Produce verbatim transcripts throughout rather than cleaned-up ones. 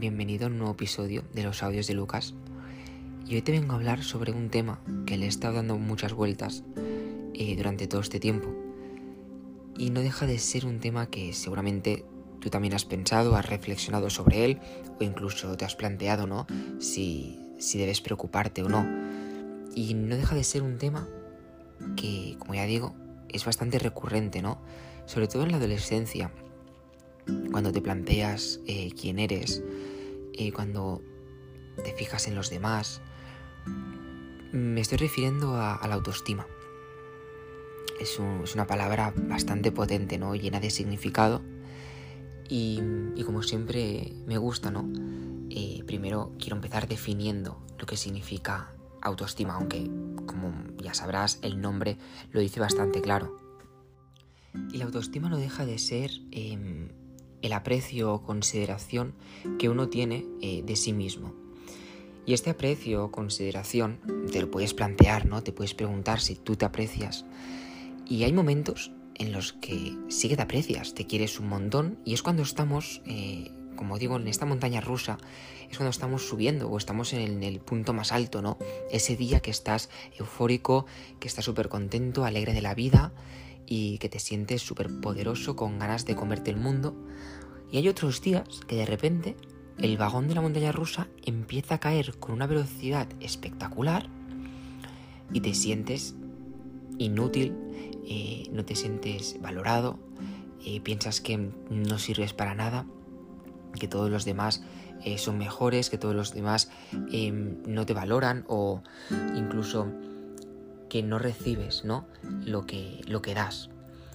bienvenido a un nuevo episodio de los audios de Lucas. Y hoy te vengo a hablar sobre un tema que le he estado dando muchas vueltas eh, durante todo este tiempo. Y no deja de ser un tema que seguramente tú también has pensado, has reflexionado sobre él, o incluso te has planteado, ¿no? Si, si debes preocuparte o no. Y no deja de ser un tema que, como ya digo, es bastante recurrente, ¿no? Sobre todo en la adolescencia, cuando te planteas eh, quién eres, eh, cuando te fijas en los demás. Me estoy refiriendo a, a la autoestima. Es, un, es una palabra bastante potente, ¿no? Llena de significado. Y, y como siempre me gusta, ¿no? Eh, primero quiero empezar definiendo lo que significa autoestima, aunque, como ya sabrás, el nombre lo dice bastante claro. Y la autoestima no deja de ser eh, el aprecio o consideración que uno tiene eh, de sí mismo. Y este aprecio o consideración te lo puedes plantear, ¿no? Te puedes preguntar si tú te aprecias. Y hay momentos en los que sí que te aprecias, te quieres un montón, y es cuando estamos, eh, como digo, en esta montaña rusa, es cuando estamos subiendo o estamos en el, en el punto más alto, ¿no? Ese día que estás eufórico, que estás súper contento, alegre de la vida y que te sientes súper poderoso, con ganas de comerte el mundo. Y hay otros días que de repente el vagón de la montaña rusa empieza a caer con una velocidad espectacular y te sientes inútil, eh, no te sientes valorado, eh, piensas que no sirves para nada, que todos los demás eh, son mejores, que todos los demás eh, no te valoran, o incluso que no recibes, ¿no? lo que, lo que das.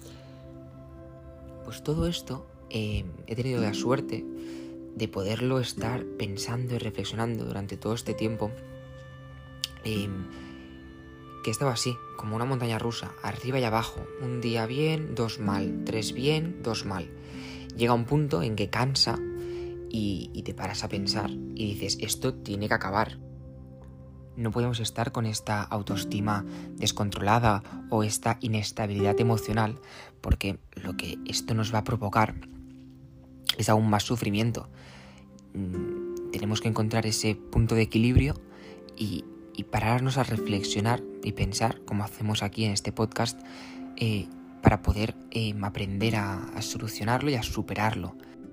Pues todo esto eh, he tenido la suerte de poderlo estar pensando y reflexionando durante todo este tiempo, eh, que estaba así, como una montaña rusa, arriba y abajo, un día bien, dos mal, tres bien, dos mal. Llega un punto en que cansa y, y te paras a pensar y dices, esto tiene que acabar. No podemos estar con esta autoestima descontrolada o esta inestabilidad emocional, porque lo que esto nos va a provocar es aún más sufrimiento. Mm, tenemos que encontrar ese punto de equilibrio y, y pararnos a reflexionar y pensar, como hacemos aquí en este podcast, eh, para poder eh, aprender a, a solucionarlo y a superarlo.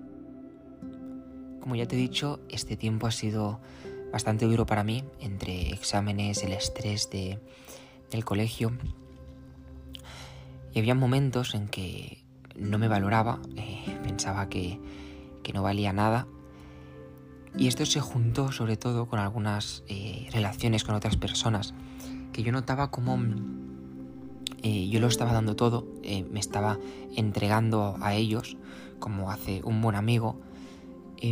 Como ya te he dicho, este tiempo ha sido bastante duro para mí, entre exámenes, el estrés de, del colegio. Y había momentos en que no me valoraba, eh, pensaba que, que no valía nada. Y esto se juntó sobre todo con algunas eh, relaciones con otras personas, que yo notaba como eh, yo lo estaba dando todo, eh, me estaba entregando a ellos, como hace un buen amigo, eh,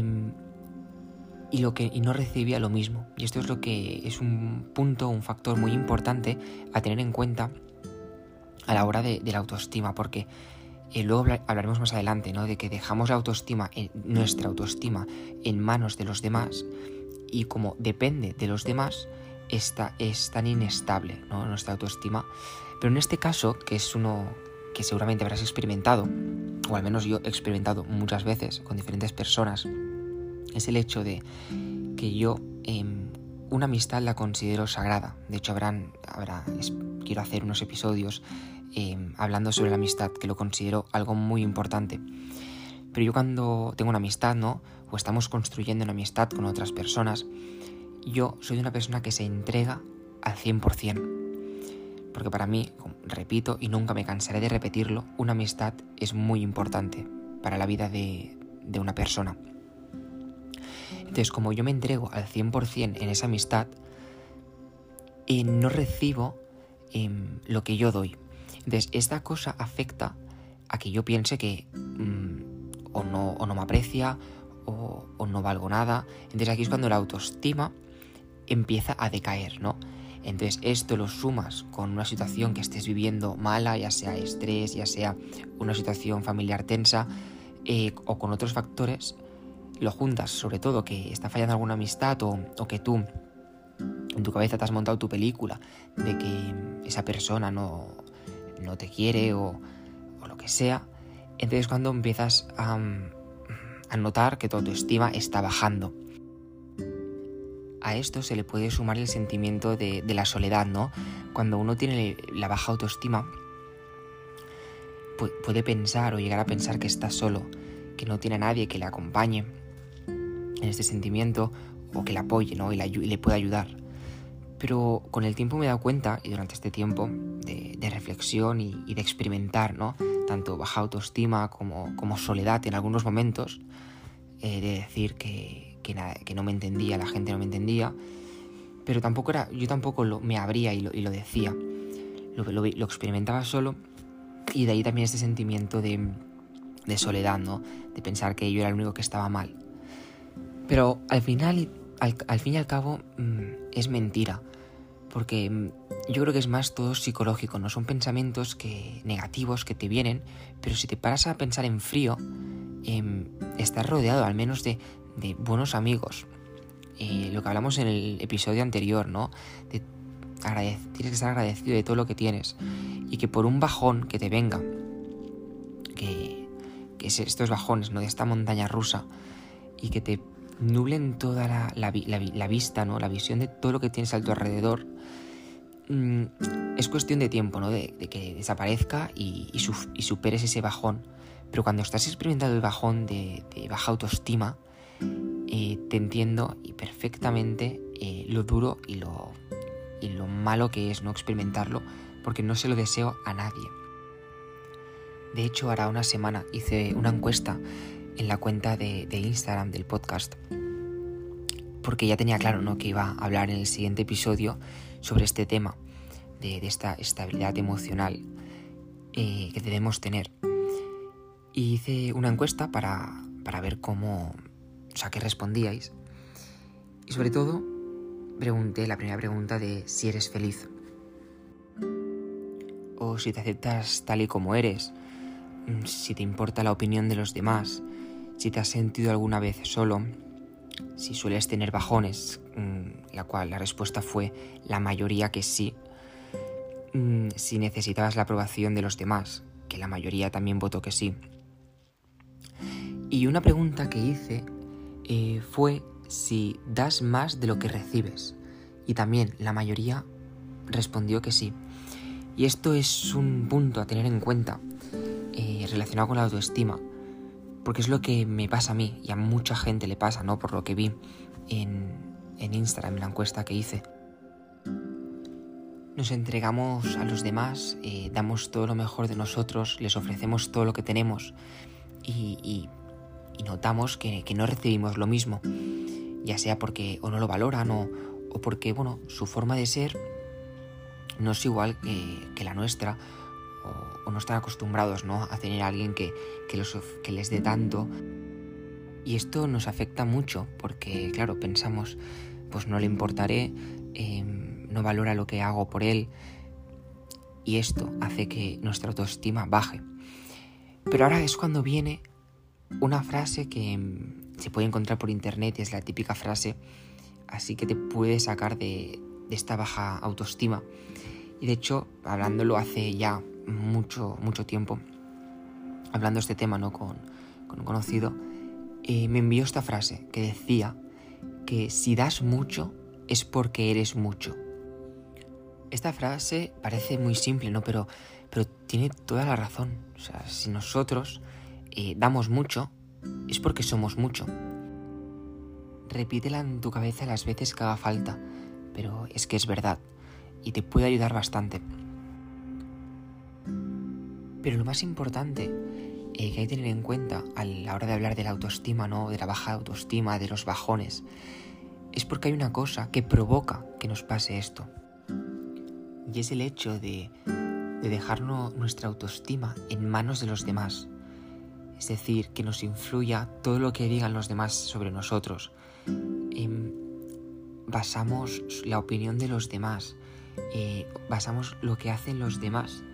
y, lo que, y no recibía lo mismo. Y esto es lo que es un punto, un factor muy importante a tener en cuenta a la hora de, de la autoestima, porque Eh, luego hablaremos más adelante, ¿no? De que dejamos la autoestima, en, nuestra autoestima, en manos de los demás, y como depende de los demás, esta, es tan inestable, ¿no? Nuestra autoestima. Pero en este caso, que es uno que seguramente habrás experimentado, o al menos yo he experimentado muchas veces con diferentes personas, es el hecho de que yo eh, una amistad la considero sagrada. De hecho, habrán, habrá, es, quiero hacer unos episodios Eh, hablando sobre la amistad, que lo considero algo muy importante. Pero yo cuando tengo una amistad, ¿no? O estamos construyendo una amistad con otras personas, yo soy una persona que se entrega al cien por ciento. Porque para mí, repito, y nunca me cansaré de repetirlo, una amistad es muy importante para la vida de, de una persona. Entonces, como yo me entrego al cien por ciento en esa amistad, eh, no recibo eh, lo que yo doy. Entonces, esta cosa afecta a que yo piense que mmm, o, no, o no me aprecia o, o no valgo nada. Entonces, aquí es cuando la autoestima empieza a decaer, ¿no? Entonces, esto lo sumas con una situación que estés viviendo mala, ya sea estrés, ya sea una situación familiar tensa, eh, o con otros factores, lo juntas, sobre todo que está fallando alguna amistad o, o que tú en tu cabeza te has montado tu película de que esa persona no... no te quiere o, o lo que sea. Entonces cuando empiezas a, a notar que tu autoestima está bajando. A esto se le puede sumar el sentimiento de, de la soledad, ¿no? Cuando uno tiene la baja autoestima, puede pensar o llegar a pensar que está solo, que no tiene a nadie que le acompañe en este sentimiento o que le apoye, ¿no? y, le, y le pueda ayudar. Pero con el tiempo me he dado cuenta, y durante este tiempo de, de reflexión y, y de experimentar, ¿no? Tanto baja autoestima como, como soledad en algunos momentos, eh, de decir que, que, nada, que no me entendía, la gente no me entendía, pero tampoco era, yo tampoco lo, me abría y lo, y lo decía, lo, lo, lo experimentaba solo, y de ahí también este sentimiento de, de soledad, ¿no? De pensar que yo era el único que estaba mal. Pero al final, al, al fin y al cabo, mmm, es mentira, porque mmm, yo creo que es más todo psicológico, ¿no? Son pensamientos que, negativos que te vienen, pero si te paras a pensar en frío, eh, estás rodeado al menos de, de buenos amigos. Eh, lo que hablamos en el episodio anterior, ¿no? De agradec- tienes que estar agradecido de todo lo que tienes, y que por un bajón que te venga, que, que es estos bajones, ¿no? De esta montaña rusa, y que te nublen toda la, la, la, la vista, ¿no? La visión de todo lo que tienes a tu alrededor, mmm, es cuestión de tiempo, ¿no? De, de que desaparezca y, y, su, y superes ese bajón. Pero cuando estás experimentando el bajón de, de baja autoestima, eh, te entiendo y perfectamente eh, lo duro y lo, y lo malo que es no experimentarlo, porque no se lo deseo a nadie. De hecho, hará una semana hice una encuesta en la cuenta de, de Instagram del podcast, porque ya tenía claro, ¿no? que iba a hablar en el siguiente episodio sobre este tema de, de esta estabilidad emocional eh, que debemos tener. Y hice una encuesta para, para ver cómo, o sea, qué respondíais. Y sobre todo, pregunté la primera pregunta de si eres feliz. O si te aceptas tal y como eres, si te importa la opinión de los demás, si te has sentido alguna vez solo, si sueles tener bajones, la cual la respuesta fue la mayoría que sí, si necesitabas la aprobación de los demás, que la mayoría también votó que sí. Y una pregunta que hice eh, fue si das más de lo que recibes, y también la mayoría respondió que sí. Y esto es un punto a tener en cuenta eh, relacionado con la autoestima, porque es lo que me pasa a mí y a mucha gente le pasa, ¿no? Por lo que vi en, en Instagram, en la encuesta que hice. Nos entregamos a los demás, eh, damos todo lo mejor de nosotros, les ofrecemos todo lo que tenemos y, y, y notamos que, que no recibimos lo mismo, ya sea porque o no lo valoran o, o porque, bueno, su forma de ser no es igual que, que la nuestra, o, o no están acostumbrados, ¿no? a tener a alguien que, que, los, que les dé tanto. Y esto nos afecta mucho porque, claro, pensamos, pues no le importaré, eh, no valora lo que hago por él, y esto hace que nuestra autoestima baje. Pero ahora es cuando viene una frase que se puede encontrar por internet, y es la típica frase así que te puede sacar de, de esta baja autoestima. Y de hecho, hablándolo hace ya mucho, mucho tiempo, hablando este tema, ¿no? con, con un conocido, eh, me envió esta frase que decía que si das mucho es porque eres mucho. Esta frase parece muy simple, ¿no? Pero, pero tiene toda la razón. O sea, si nosotros eh, damos mucho, es porque somos mucho. Repítela en tu cabeza las veces que haga falta, pero es que es verdad y te puede ayudar bastante. Pero lo más importante eh, que hay que tener en cuenta a la hora de hablar de la autoestima, ¿no? De la baja autoestima, de los bajones, es porque hay una cosa que provoca que nos pase esto. Y es el hecho de, de dejarnos nuestra autoestima en manos de los demás. Es decir, que nos influya todo lo que digan los demás sobre nosotros. Eh, basamos la opinión de los demás, eh, basamos lo que hacen los demás.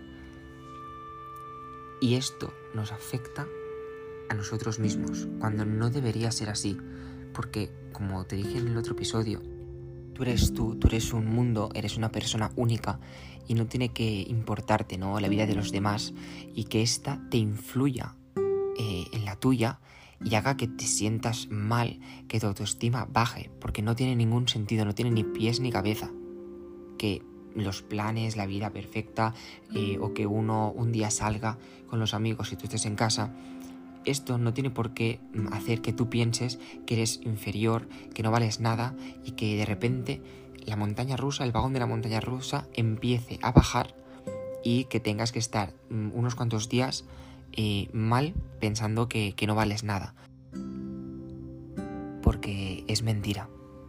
Y esto nos afecta a nosotros mismos, cuando no debería ser así. Porque, como te dije en el otro episodio, tú eres tú, tú eres un mundo, eres una persona única, y no tiene que importarte, ¿no? la vida de los demás, y que ésta te influya eh, en la tuya, y haga que te sientas mal, que tu autoestima baje, porque no tiene ningún sentido, no tiene ni pies ni cabeza. Que los planes, la vida perfecta, eh, o que uno un día salga con los amigos y tú estés en casa, esto no tiene por qué hacer que tú pienses que eres inferior, que no vales nada y que de repente la montaña rusa, el vagón de la montaña rusa empiece a bajar y que tengas que estar unos cuantos días eh, mal pensando que, que no vales nada. Porque es mentira.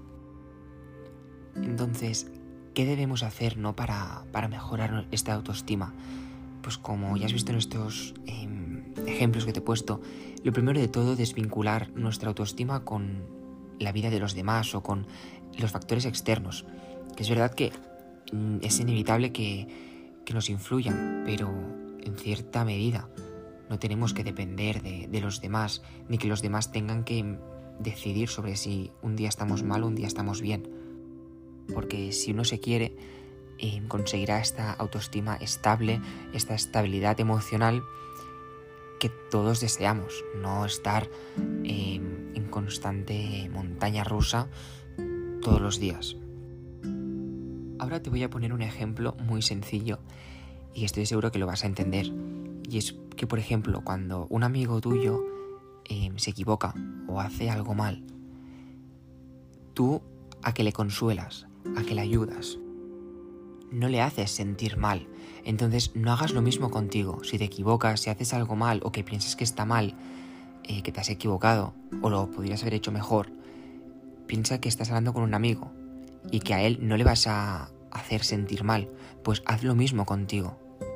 Entonces, ¿qué debemos hacer, ¿no? para, para mejorar esta autoestima? Pues como ya has visto en estos eh, ejemplos que te he puesto, lo primero de todo es desvincular nuestra autoestima con la vida de los demás o con los factores externos. Que es verdad que mm, es inevitable que, que nos influyan, pero en cierta medida. No tenemos que depender de, de los demás, ni que los demás tengan que decidir sobre si un día estamos mal o un día estamos bien. Porque si uno se quiere, eh, conseguirá esta autoestima estable, esta estabilidad emocional que todos deseamos, no estar eh, en constante montaña rusa todos los días. Ahora te voy a poner un ejemplo muy sencillo y estoy seguro que lo vas a entender. Y es que, por ejemplo, cuando un amigo tuyo eh, se equivoca o hace algo mal, tú a que le consuelas, a que le ayudas, no le haces sentir mal. Entonces no hagas lo mismo contigo. Si te equivocas, si haces algo mal o que piensas que está mal, eh, que te has equivocado o lo podrías haber hecho mejor, piensa que estás hablando con un amigo y que a él no le vas a hacer sentir mal. Pues haz lo mismo contigo.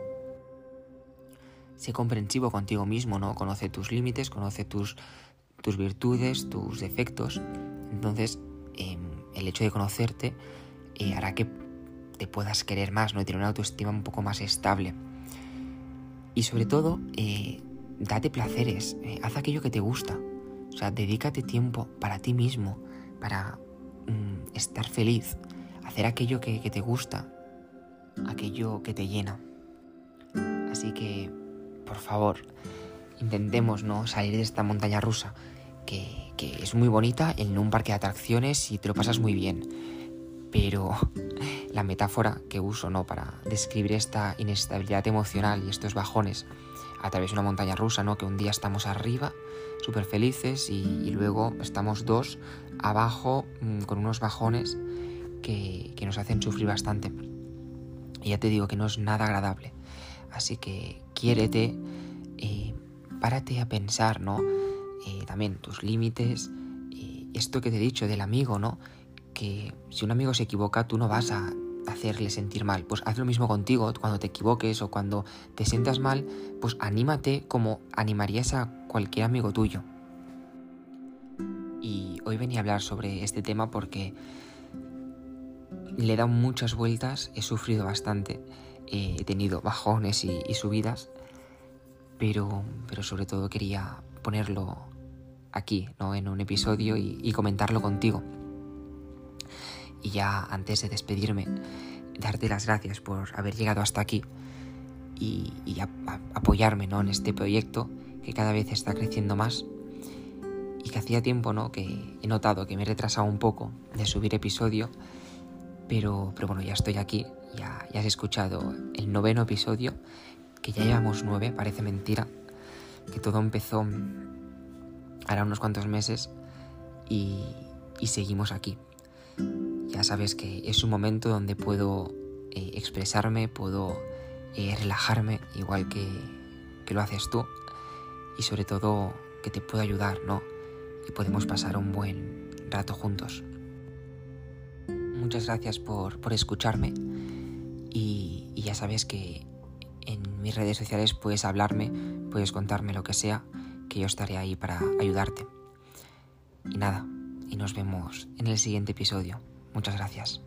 Sé comprensivo contigo mismo, ¿no? Conoce tus límites, conoce tus, tus virtudes, tus defectos. Entonces, eh, el hecho de conocerte eh, hará que te puedas querer más, ¿no? Y tener una autoestima un poco más estable. Y sobre todo, eh, date placeres, eh, haz aquello que te gusta. O sea, dedícate tiempo para ti mismo, para mm, estar feliz, hacer aquello que, que te gusta, aquello que te llena. Así que, por favor, intentemos, ¿no? salir de esta montaña rusa, que, que es muy bonita en un parque de atracciones y te lo pasas muy bien. Pero la metáfora que uso, ¿no? para describir esta inestabilidad emocional y estos bajones a través de una montaña rusa, ¿no? que un día estamos arriba, súper felices, y, y luego estamos dos abajo mmm, con unos bajones que, que nos hacen sufrir bastante. Y ya te digo que no es nada agradable. Así que quiérete, eh, párate a pensar, ¿no? Eh, también tus límites, eh, esto que te he dicho del amigo, ¿no? Que si un amigo se equivoca, tú no vas a hacerle sentir mal. Pues haz lo mismo contigo cuando te equivoques o cuando te sientas mal, pues anímate como animarías a cualquier amigo tuyo. Y hoy venía a hablar sobre este tema porque le he dado muchas vueltas, he sufrido bastante, eh, he tenido bajones y, y subidas, pero, pero sobre todo quería ponerlo aquí, ¿no? en un episodio y, y comentarlo contigo. Y ya antes de despedirme, darte las gracias por haber llegado hasta aquí y, y a, a, apoyarme, ¿no? en este proyecto que cada vez está creciendo más y que hacía tiempo, ¿no? que he notado que me he retrasado un poco de subir episodio, pero, pero bueno, ya estoy aquí, ya, ya has escuchado el noveno episodio, que ya llevamos nueve, parece mentira, que todo empezó hará unos cuantos meses y, y seguimos aquí. Ya sabes que es un momento donde puedo eh, expresarme, puedo eh, relajarme, igual que, que lo haces tú, y sobre todo que te puedo ayudar, ¿no? Y podemos pasar un buen rato juntos. Muchas gracias por, por escucharme y, y ya sabes que en mis redes sociales puedes hablarme, puedes contarme lo que sea, que yo estaré ahí para ayudarte. Y nada, y nos vemos en el siguiente episodio. Muchas gracias.